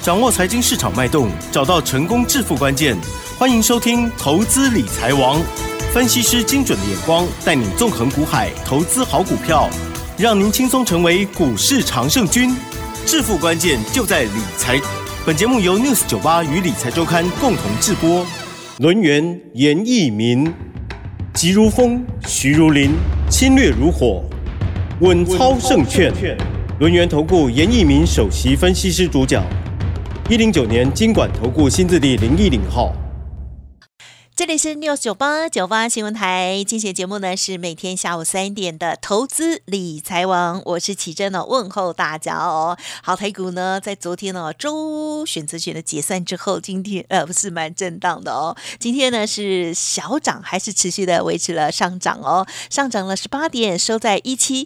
掌握财经市场脉动，找到成功致富关键。欢迎收听《投资理财王》，分析师精准的眼光，带你纵横股海，投资好股票，让您轻松成为股市常胜军。致富关键就在理财。本节目由 News98 与理财周刊共同制播。轮源严义民，急如风，徐如林，侵略如火，稳操胜券。轮源投顾严义民首席分析师主讲。109年金管投顾新字第010号。 这里是 News98 新闻台，今天节目呢是每天下午3点的投资理财王，我是启真哦，问候大家哦。好，台股呢在昨天周选择权的结算之后，今天不是蛮震荡的哦。今天呢是小涨，还是持续的维持了上涨哦，上涨了18点，收在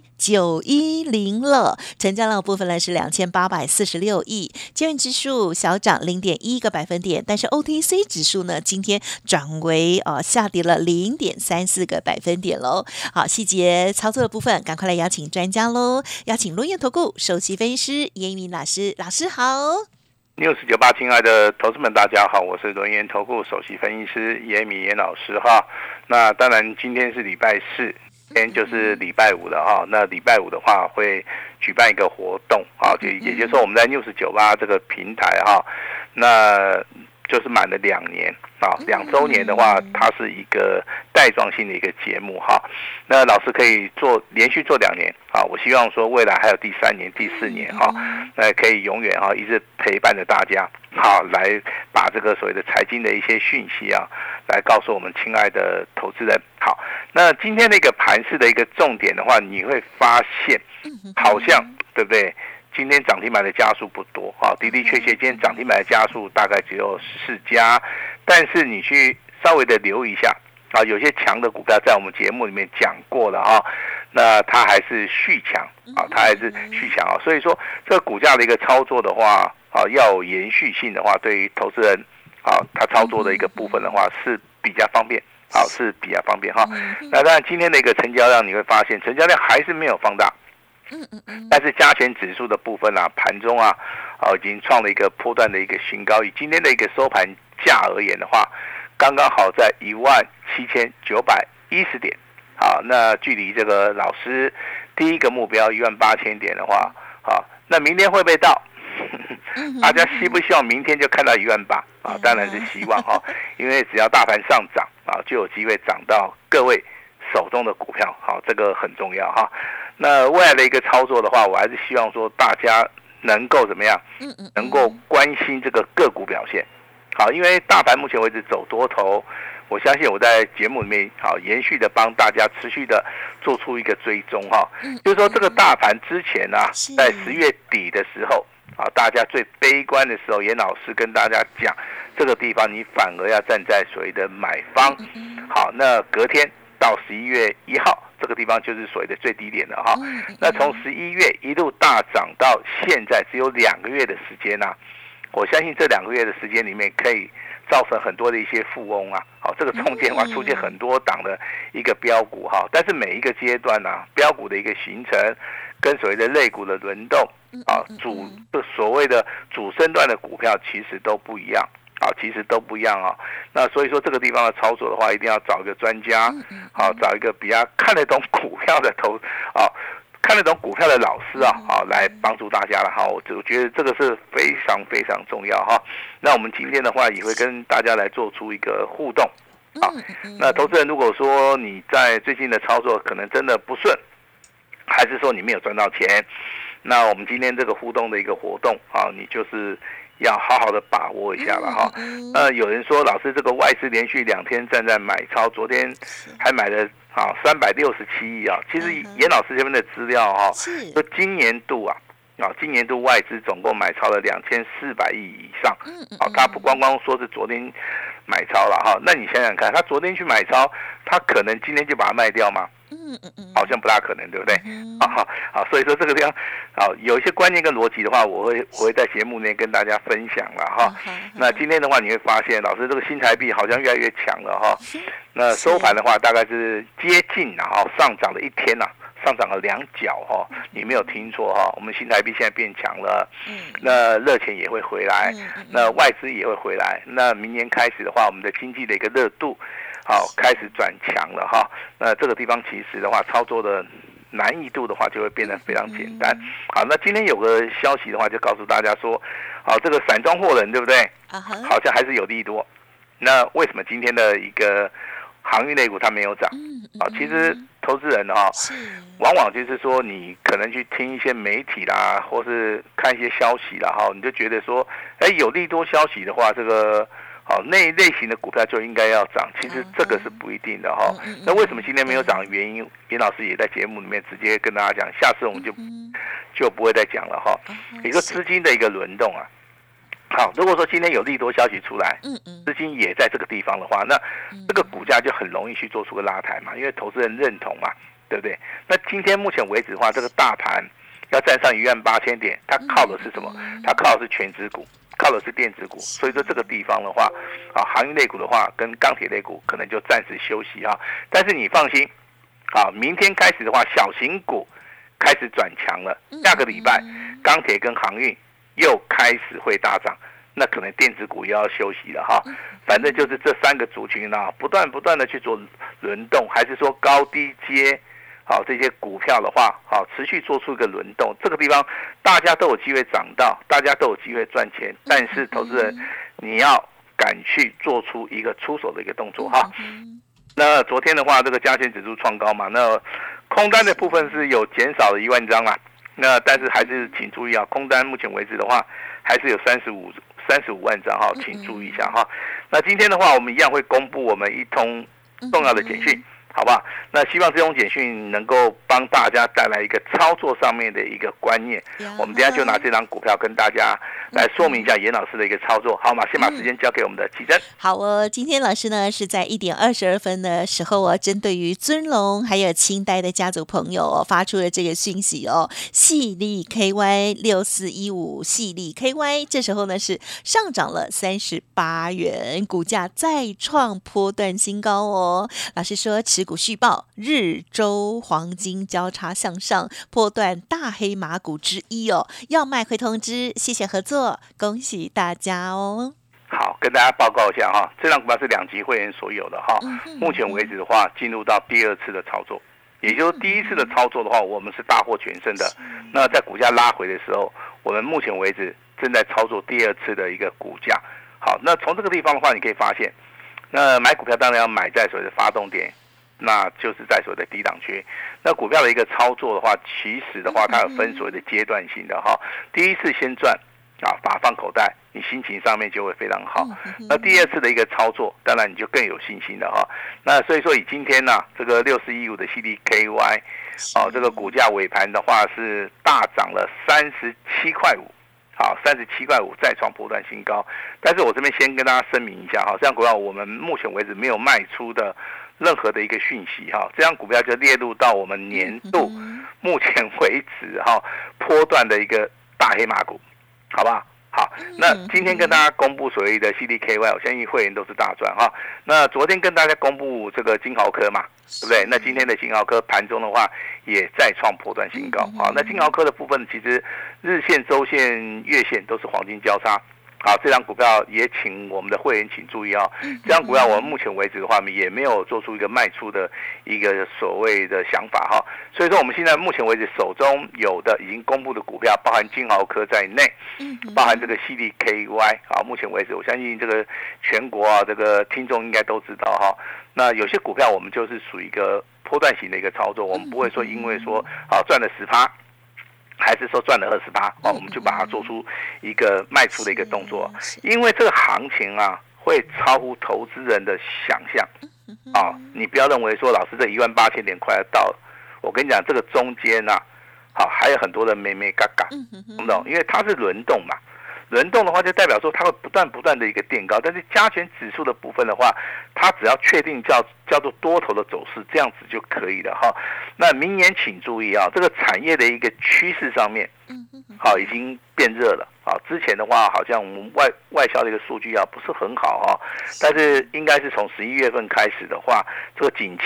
17910了。成交量部分呢是2846亿，加元指数小涨0.1个百分点，但是 OTC 指数呢今天转为下跌了0.34个百分点喽。好，细节操作的部分，赶快来邀请专家喽！邀请轮源投顾首席分析师严义民老师，老师好。 News98，亲爱的投资们，大家好，我是轮源投顾首席分析师严义民老师哈。那当然，今天是礼拜四，今天就是礼拜五了哈。那礼拜五的话，会举办一个活动啊，也就是说，我们在 News98 这个平台哈，那就是满了2年啊，2周年的话，它是一个带状性的一个节目哈。那老师可以连续做2年啊，我希望说未来还有第3年、第4年哈，那可以永远哈一直陪伴着大家，好来把这个所谓的财经的一些讯息啊，来告诉我们亲爱的投资人。好，那今天的一个盘势的一个重点的话，你会发现好像对不对？今天涨停板的家数不多啊，的确，今天涨停板的家数大概只有14家，但是你去稍微的留意一下啊，有些强的股票在我们节目里面讲过了啊，那它还是续强啊，所以说这个股价的一个操作的话啊，要有延续性的话，对于投资人啊，他操作的一个部分的话是比较方便，是比较方便哈。那当然今天的一个成交量你会发现，成交量还是没有放大。但是加权指数的部分啊，盘中啊，已经创了一个波段的一个新高。以今天的一个收盘价而言的话，刚刚好在17910点。好，那距离这个老师第一个目标18000点的话，好，那明天会不会到？大家希不希望明天就看到18000啊？当然是希望哈，因为只要大盘上涨啊，就有机会涨到各位手中的股票，好，这个很重要哈。那未来的一个操作的话，我还是希望说大家能够怎么样？能够关心这个个股表现。好，因为大盘目前为止走多头，我相信我在节目里面好延续的帮大家持续的做出一个追踪哈。就是说这个大盘之前啊，在10月底的时候啊，大家最悲观的时候，严老师跟大家讲，这个地方你反而要站在所谓的买方。好，那隔天到11月1号。这个地方就是所谓的最低点了哈，那从11月一路大涨到现在，只有2个月的时间啊，我相信这2个月的时间里面可以造成很多的一些富翁啊，好，这个中间啊出现很多档的一个标股哈，但是每一个阶段啊，标股的一个形成跟所谓的类股的轮动啊，所谓的主升段的股票其实都不一样。其实都不一样啊。那所以说这个地方的操作的话，一定要找一个专家，找一个比较看得懂股票的看得懂股票的老师啊，来帮助大家了哈。我觉得这个是非常非常重要哈。那我们今天的话也会跟大家来做出一个互动。好，那投资人如果说你在最近的操作可能真的不顺，还是说你没有赚到钱，那我们今天这个互动的一个活动啊，你就是要好好的把握一下了哈。有人说老师这个外资连续2天站在买超，昨天还买了367亿啊。其实严老师这边的资料哈，说今年度外资总共买超了2400亿以上。他不光光说是昨天买超了哈，那你想想看，他昨天去买超，他可能今天就把它卖掉吗？好像不大可能，对不对？好，所以说这个地方，有一些观念跟逻辑的话，我会在节目内跟大家分享了哈。那今天的话，你会发现，老师这个新台币好像越来越强了哈。那收盘的话，大概是接近上涨了1天上涨了2角哈，你没有听错哈，我们新台币现在变强了，那热钱也会回来，那外资也会回来，那明年开始的话，我们的经济的一个热度好开始转强了哈，那这个地方其实的话，操作的难易度的话就会变得非常简单。好，那今天有个消息的话，就告诉大家说，好，这个散装货人对不对？好像还是有利多。那为什么今天的一个航运类股它没有涨？其实投资人往往就是说，你可能去听一些媒体啦，或是看一些消息啦，你就觉得说，有利多消息的话，这个那类型的股票就应该要涨。其实这个是不一定的哈。那为什么今天没有涨的原因，严老师也在节目里面直接跟大家讲，下次我们就不会再讲了哈。也就资金的一个轮动啊。好，如果说今天有利多消息出来，资金也在这个地方的话，那这个股价就很容易去做出个拉抬嘛，因为投资人认同嘛，对不对？那今天目前为止的话，这个大盘要站上18000点，它靠的是什么？它靠的是全指股，靠的是电子股，所以说这个地方的话，航运类股的话，跟钢铁类股可能就暂时休息啊。但是你放心，明天开始的话，小型股开始转强了，下个礼拜钢铁跟航运又开始会大涨，那可能电子股又要休息了哈。反正就是这3个族群不断的去做轮动，还是说高低阶，这些股票的话，持续做出一个轮动，这个地方大家都有机会涨到，大家都有机会赚钱，但是投资人你要敢去做出一个出手的一个动作哈。那昨天的话，这个加权指数创高嘛，那空单的部分是有减少了1万张啦。那但是还是请注意空单目前为止的话还是有35万张请注意一下哈。那今天的话，我们一样会公布我们一通重要的简讯，好不好？那希望这种简讯能够帮大家带来一个操作上面的一个观念。我们等一下就拿这张股票跟大家来说明一下严老师的一个操作，好吗？先把时间交给我们的奇珍。 好今天老师呢是在1点22分的时候针对于尊龙还有清代的家族朋友发出了这个讯息细粒 KY 6415细粒 KY 这时候呢是上涨了38元，股价再创波段新高老师说持股续报，日周黄金交叉向上，波段大黑马股之一要卖会通知，谢谢合作，恭喜大家好，跟大家报告一下这张股票是2级会员所有的目前为止的话，进入到第2次的操作，也就是第1次的操作的话，我们是大获全胜的。那在股价拉回的时候，我们目前为止正在操作第2次的一个股价。好，那从这个地方的话，你可以发现，那买股票当然要买在所谓的发动点，那就是在所谓的低档区。那股票的一个操作的话，其实的话，它有分所谓的阶段性的第1次先赚把它放口袋，你心情上面就会非常好。那第2次的一个操作，当然你就更有信心了那所以说以今天这个6415的 CDKY 这个股价尾盘的话是大涨了37.5块。好，37.5块再创波段新高。但是我这边先跟大家声明一下这样股票我们目前为止没有卖出的任何的一个讯息这张股票就列入到我们年度目前为止波段的一个大黑马股，好不好？好，那今天跟大家公布所谓的 CDKY， 我相信会员都是大赚那昨天跟大家公布这个金豪科嘛，对不对？那今天的金豪科盘中的话也再创波段新高那金豪科的部分其实日线、周线、月线都是黄金交叉。好，这张股票也请我们的会员请注意这张股票我们目前为止的话，也没有做出一个卖出的一个所谓的想法所以说我们现在目前为止手中有的已经公布的股票，包含金豪科在内，包含这个 CDKY 目前为止我相信这个全国这个听众应该都知道那有些股票我们就是属于一个波段型的一个操作，我们不会说因为说赚了10%。还是说赚了28%我们就把它做出一个卖出的一个动作，因为这个行情会超乎投资人的想象你不要认为说老师这18000点快要到了，我跟你讲这个中间还有很多的妹妹嘎嘎，懂不懂？因为它是轮动嘛，轮动的话就代表说它会不断的一个垫高，但是加权指数的部分的话，它只要确定叫做多头的走势，这样子就可以了那明年请注意这个产业的一个趋势上面已经变热了之前的话好像我们外销的一个数据不是很好但是应该是从11月份开始的话，这个景气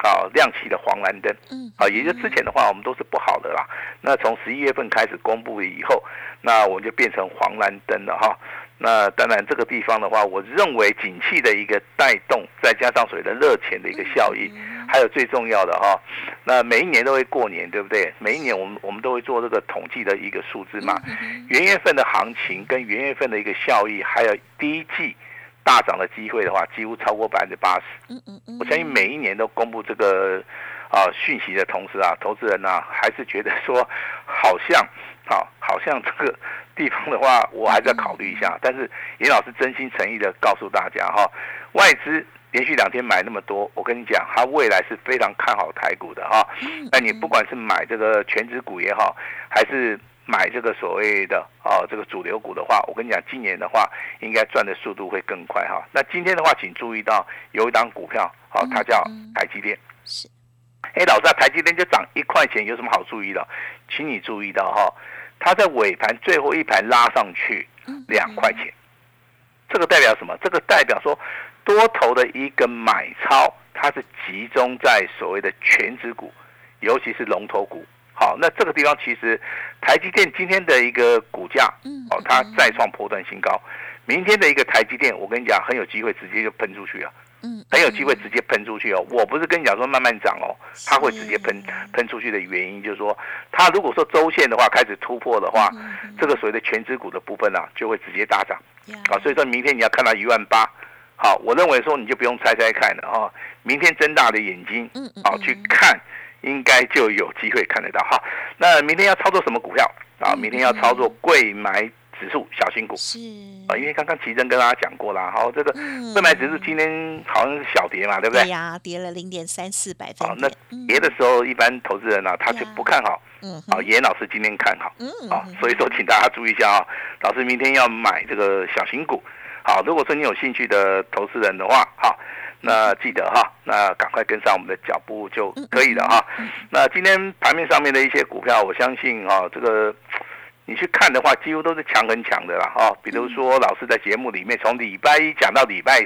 亮起的黄蓝灯，也就之前的话我们都是不好的啦。那从11月份开始公布以后，那我们就变成黄蓝灯了哈。那当然这个地方的话，我认为景气的一个带动，再加上所谓的热钱的一个效益，还有最重要的哈，那每一年都会过年，对不对？每一年我们都会做这个统计的一个数字嘛，元月份的行情跟元月份的一个效益，还有第一季大涨的机会的话，几乎超过80%。我相信每一年都公布这个讯息的同时啊，投资人还是觉得说好像这个地方的话，我还是要考虑一下。但是严老师真心诚意的告诉大家哈，外资连续2天买那么多，我跟你讲，他未来是非常看好台股的哈。那你不管是买这个全指股也好，还是买这个所谓的这个主流股的话，我跟你讲，今年的话应该赚的速度会更快哈。那今天的话，请注意到有一档股票，它叫台积电。是。老师，台积电就涨1块钱，有什么好注意的？请你注意到哈，它在尾盘最后一盘拉上去2块钱，这个代表什么？这个代表说多头的一个买超，它是集中在所谓的全指股，尤其是龙头股。好，那这个地方其实台积电今天的一个股价，它再创波段新高。明天的一个台积电，我跟你讲，很有机会直接就喷出去了。很有机会直接喷出去哦。我不是跟你讲说慢慢涨哦，它会直接喷出去的原因就是说，它如果说周线的话开始突破的话，这个所谓的全指股的部分就会直接大涨。所以说明天你要看到18000。好，我认为说你就不用猜看了哈，明天睁大的眼睛去看，应该就有机会看得到哈。那明天要操作什么股票明天要操作贵买指数小型股是因为刚刚奇珍跟大家讲过啦，这个贵买指数今天好像是小跌嘛，对不对？ 对呀，跌了0.34百分点。 那跌的时候，一般投资人他就不看好。严老师今天看好。所以说请大家注意一下老师明天要买这个小型股。好，如果说你有兴趣的投资人的话，那记得那赶快跟上我们的脚步就可以了那今天盘面上面的一些股票，我相信这个你去看的话，几乎都是强很强的啦比如说老师在节目里面从礼拜一讲到礼拜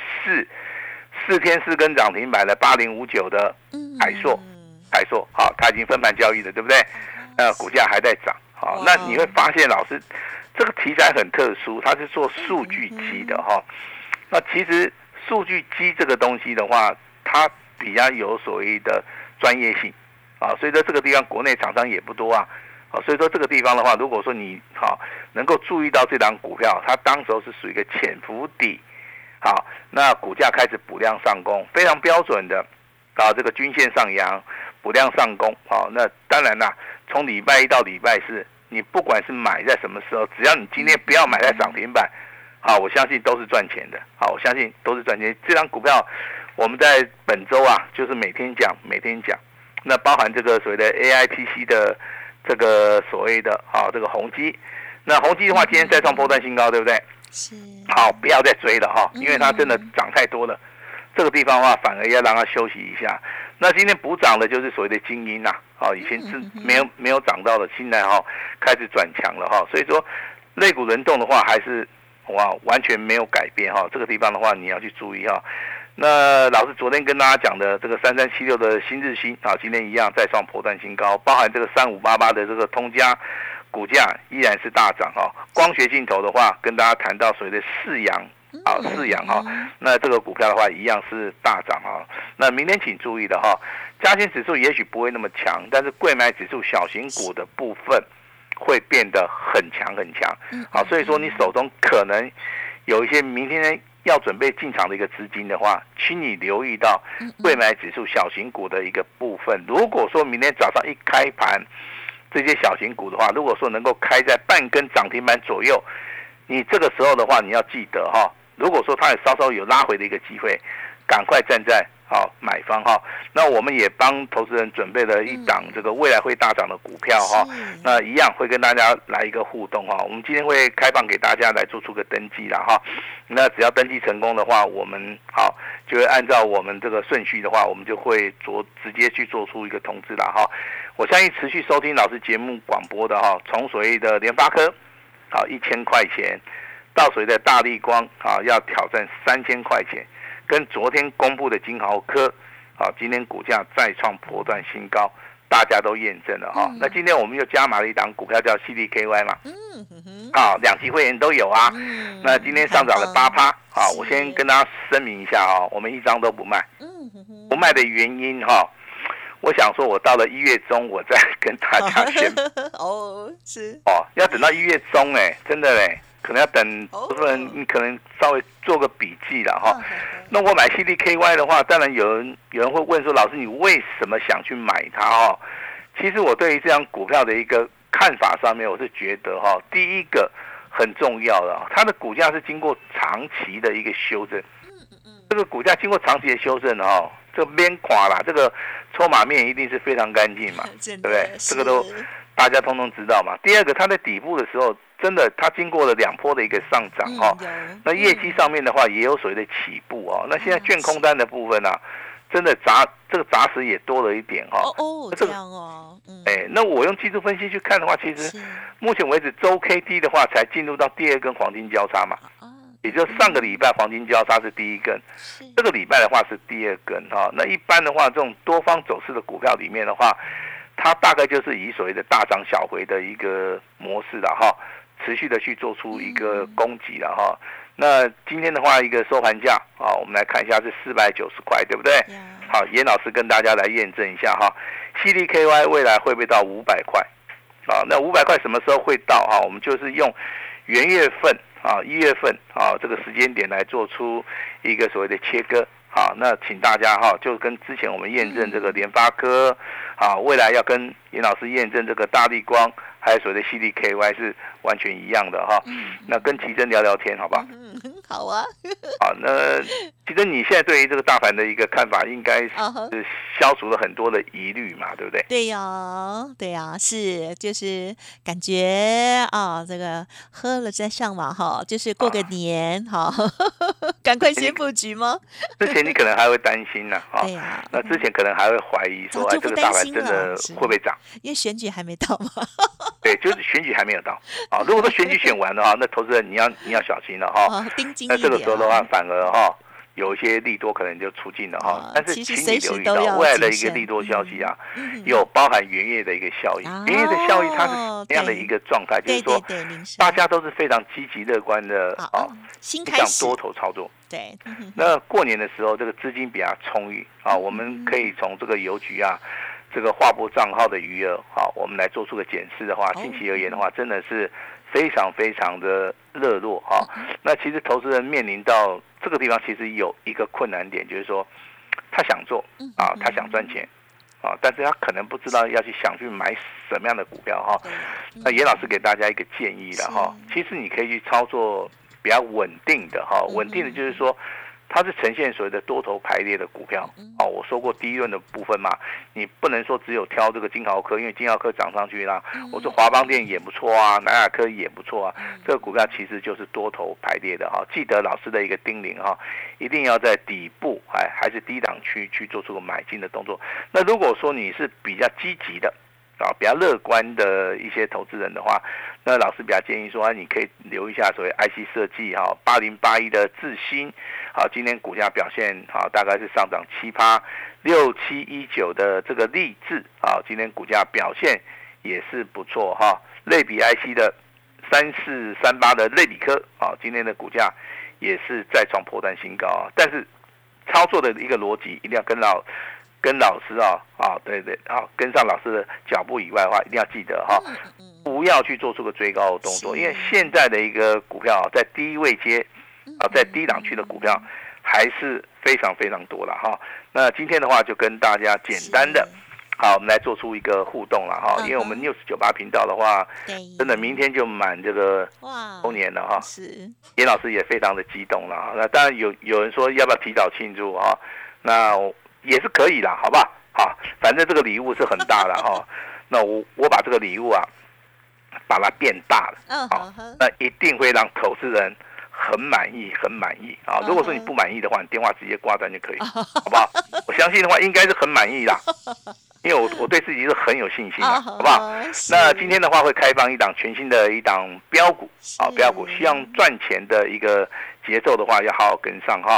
4天4根涨停板的8059的海硕它已经分盘交易了，对不对？股价还在涨那你会发现老师这个题材很特殊，它是做数据机的那其实数据机这个东西的话，它比较有所谓的专业性所以说这个地方国内厂商也不多所以说这个地方的话，如果说你能够注意到这档股票，它当时候是属于一个潜伏底那股价开始补量上攻，非常标准的这个均线上扬补量上攻那当然啦，从礼拜一到礼拜4，你不管是买在什么时候，只要你今天不要买在涨停板我相信都是赚钱的我相信都是赚钱。这张股票我们在本周就是每天讲，那包含这个所谓的 AIPC 的这个所谓的这个宏基，那宏基的话今天再创波段新高，对不对？是。好，不要再追了因为它真的涨太多了，这个地方的话反而要让它休息一下。那今天补涨的就是所谓的精英以前是没有涨到的，现在开始转强了所以说类股轮动的话还是完全没有改变这个地方的话你要去注意那老师昨天跟大家讲的这个3376的新日新今天一样再创波段新高，包含这个3588的这个通家股价依然是大涨光学镜头的话跟大家谈到所谓的四阳那这个股票的话一样是大涨那明天请注意的加权指数也许不会那么强，但是贵买指数小型股的部分会变得很强所以说你手中可能有一些明天要准备进场的一个资金的话，请你留意到贵买指数小型股的一个部分。如果说明天早上一开盘，这些小型股的话，如果说能够开在半根涨停板左右，你这个时候的话，你要记得如果说它也稍稍有拉回的一个机会，赶快站在买方那我们也帮投资人准备了一档这个未来会大涨的股票那一样会跟大家来一个互动我们今天会开放给大家来做出个登记啦那只要登记成功的话，我们就会按照我们这个顺序的话，我们就会直接去做出一个通知啦我相信持续收听老师节目广播的从所谓的联发科1000块钱到所谓的大立光要挑战3000块钱，跟昨天公布的金豪科好，今天股价再创波段新高，大家都验证了哈。那今天我们又加码了一档股票叫 CDKY 嘛，好，2期会员都有啊。那今天上涨了8%，好，我先跟大家声明一下哦，我们一张都不卖，不卖的原因哈。我想说，我到了1月中，我再跟大家宣布。 哦，是哦，要等到1月中真的可能要等，你可能稍微做个笔记了哈。那我买 CDKY 的话，当然有人会问说，老师你为什么想去买它哦？其实我对于这张股票的一个看法上面，我是觉得哈，第一个很重要的，它的股价是经过长期的一个修正。这个股价经过长期的修正哦，这个边垮啦，这个筹码面一定是非常干净嘛，对不对？这个都大家通通知道嘛。第二个，它在底部的时候，真的它经过了2波的一个上涨哦，那业绩上面的话也有所谓的起步哦。那现在券空单的部分啊，真的这个杂食也多了一点哈。 这样哦， 那我用技术分析去看的话，其实目前为止周 K D 的话才进入到第2根黄金交叉嘛。也就是上个礼拜黄金交叉是第1根，这个礼拜的话是第2根哈。那一般的话，这种多方走势的股票里面的话，它大概就是以所谓的大涨小回的一个模式的哈，持续的去做出一个攻击了哈。那今天的话，一个收盘价啊，我们来看一下是490块，对不对？好，严老师跟大家来验证一下哈 ，CDKY 未来会不会到500块？啊，那500块什么时候会到啊？我们就是用元月份。1月份这个时间点来做出一个所谓的切割，好，那请大家就跟之前我们验证这个联发科，未来要跟严老师验证这个大立光，还有所谓的 CDKY 是完全一样的哈。那跟奇珍聊聊天，好吧？ 好啊。 好，那奇珍，你现在对于这个大盘的一个看法，应该是消除了很多的疑虑嘛，对不对？ 对呀，对呀，是，就是感觉这个喝了再上嘛哈，就是过个年哈，赶快先布局吗？ 之前你可能还会担心呢， 对呀， 那之前可能还会怀疑说，这个大盘真的会不会涨？ 因为选举还没到嘛。 对，就是选举还没有到啊。如果说选举选完的话，那投资人你要小心了哈。那这个时候的话，反而有一些利多可能就出尽了哈。但是请你留意到未来的一个利多消息啊，有包含元月的一个效应。元月的效应它是什么样的一个状态？就是说，大家都是非常积极乐观的想多头操作。 对， 那过年的时候，这个资金比较充裕啊，我们可以从这个邮局啊。这个划拨账号的余额，好，我们来做出个检视的话，近期而言的话，真的是非常非常的热络哈。那其实投资人面临到这个地方，其实有一个困难点，就是说他想做他想赚钱但是他可能不知道要去买什么样的股票哈。那严老师给大家一个建议了哈，其实你可以去操作比较稳定的哈，稳定的就是说。它是呈现所谓的多头排列的股票，我说过第一轮的部分嘛，你不能说只有挑这个金豪科，因为金豪科涨上去啦，我说华邦电也不错啊，南亚科也不错啊，这个股票其实就是多头排列的哈。记得老师的一个叮咛哈，一定要在底部还是低档区去做出个买进的动作。那如果说你是比较积极的。比较乐观的一些投资人的话，那老师比较建议说，你可以留一下所谓 IC 设计8081的智新，今天股价表现大概是上涨7%，6719的这个励志今天股价表现也是不错哈。类比 IC 的3438的类比科今天的股价也是再创波段新高但是操作的一个逻辑一定要跟老师对，跟上老师的脚步以外的话，一定要记得不要去做出个追高的动作，因为现在的一个股票在低位阶在低档区的股票还是非常非常多了哈。那今天的话就跟大家简单的我们来做出一个互动了哈，因为我们 News98 频道的话，真的明天就满这个周年了哈。是，严老师也非常的激动了。那当然有人说要不要提早庆祝那也是可以啦，好不好？反正这个礼物是很大的那我把这个礼物把它变大了，那一定会让投资人很满意如果说你不满意的话，你电话直接挂断就可以，好不好？我相信的话应该是很满意啦，因为我对自己是很有信心的，好不好？那今天的话会开放一档全新的一档标股，标股希望赚钱的一个节奏的话要好好跟上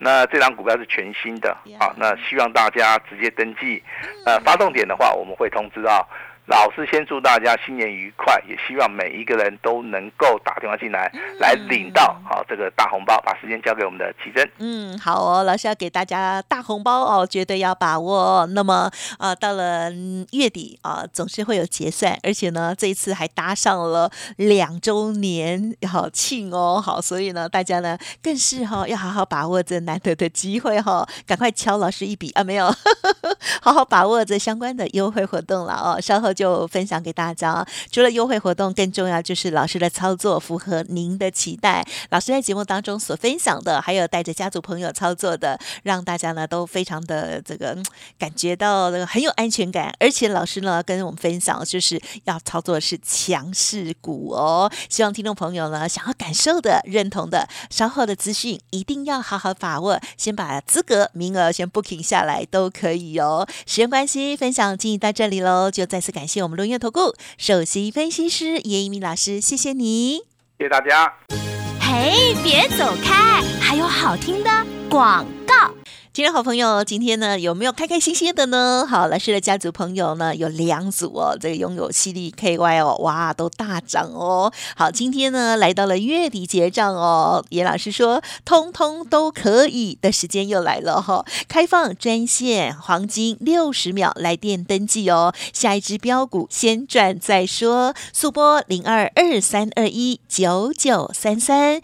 那这档股票是全新的，那希望大家直接登记。发动点的话，我们会通知到。老师先祝大家新年愉快，也希望每一个人都能够打电话进来，来领到这个大红包。把时间交给我们的奇珍。 好哦，老师要给大家大红包哦，绝对要把握。那么到了月底总是会有结算，而且呢，这一次还搭上了2周年庆哦。好，所以呢，大家呢更是要好好把握这难得的机会赶快敲老师一笔没有？好好把握这相关的优惠活动了稍后就分享给大家。除了优惠活动，更重要就是老师的操作符合您的期待。老师在节目当中所分享的，还有带着家族朋友操作的，让大家呢都非常的这个感觉到很有安全感。而且老师呢跟我们分享，就是要操作的是强势股哦。希望听众朋友呢想要感受的、认同的，稍后的资讯一定要好好把握，先把资格名额先 booking 下来都可以哦。时间关系，分享进行到这里喽，就再次感谢我们轮元投顾首席分析师严一鸣老师，谢谢你， 谢谢大家。 嘿，别走开，还有好听的广告。 听众好朋友，今天呢有没有开开心心的呢？好，老师的家族朋友呢有2组哦，这个拥有矽力 KY 哦，哇，都大涨哦。好，今天呢来到了月底结账哦，严老师说通通都可以的时间又来了开放专线黄金60秒来电登记哦，下一支标股先赚再说，速拨0223219933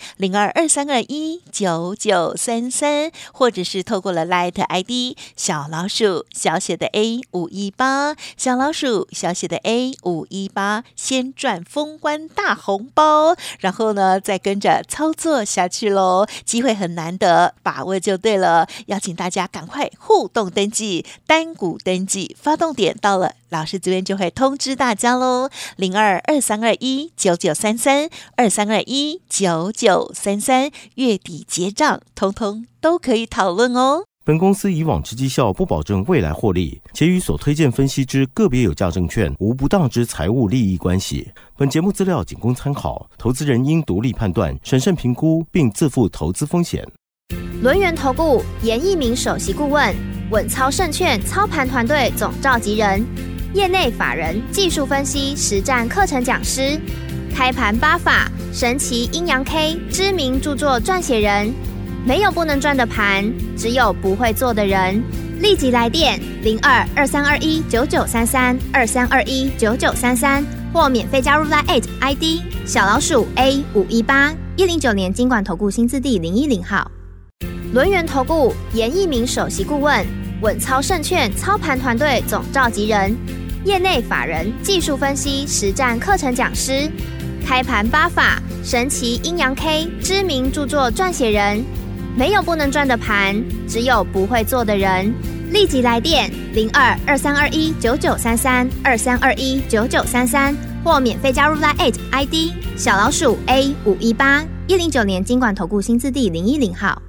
0223219933，或者是透过了Light ID 小老鼠小写的 A518 小老鼠小写的 A518，先赚封关大红包，然后呢再跟着操作下去咯，机会很难得，把握就对了。邀请大家赶快互动登记，单股登记，发动点到了，老师这边就会通知大家咯。0223219933 23219933，月底结账通通都可以讨论哦。 本公司以往之绩效不保证未来获利，且与所推荐分析之个别有价证券无不当之财务利益关系。本节目资料仅供参考，投资人应独立判断、审慎评估，并自负投资风险。 轮元投顾严一鸣首席顾问，稳操胜券操盘团队总召集人，业内法人技术分析实战课程讲师，开盘8法神奇阴阳 K 知名著作撰写人。没有不能赚的盘，只有不会做的人。立即来电0223219933 23219933，或免费加入 LINE@ ID 小老鼠 A518。109年金管投顾新字第010号。轮元投顾严一鸣首席顾问，稳操胜券操盘团队总召集人，业内法人技术分析实战课程讲师，开盘8法神奇阴阳 K 知名著作撰写人。没有不能赚的盘，只有不会做的人。立即来电0223219933 23219933，或免费加入 LINE@ ID 小老鼠 A518。109年金管投顾新字第010号。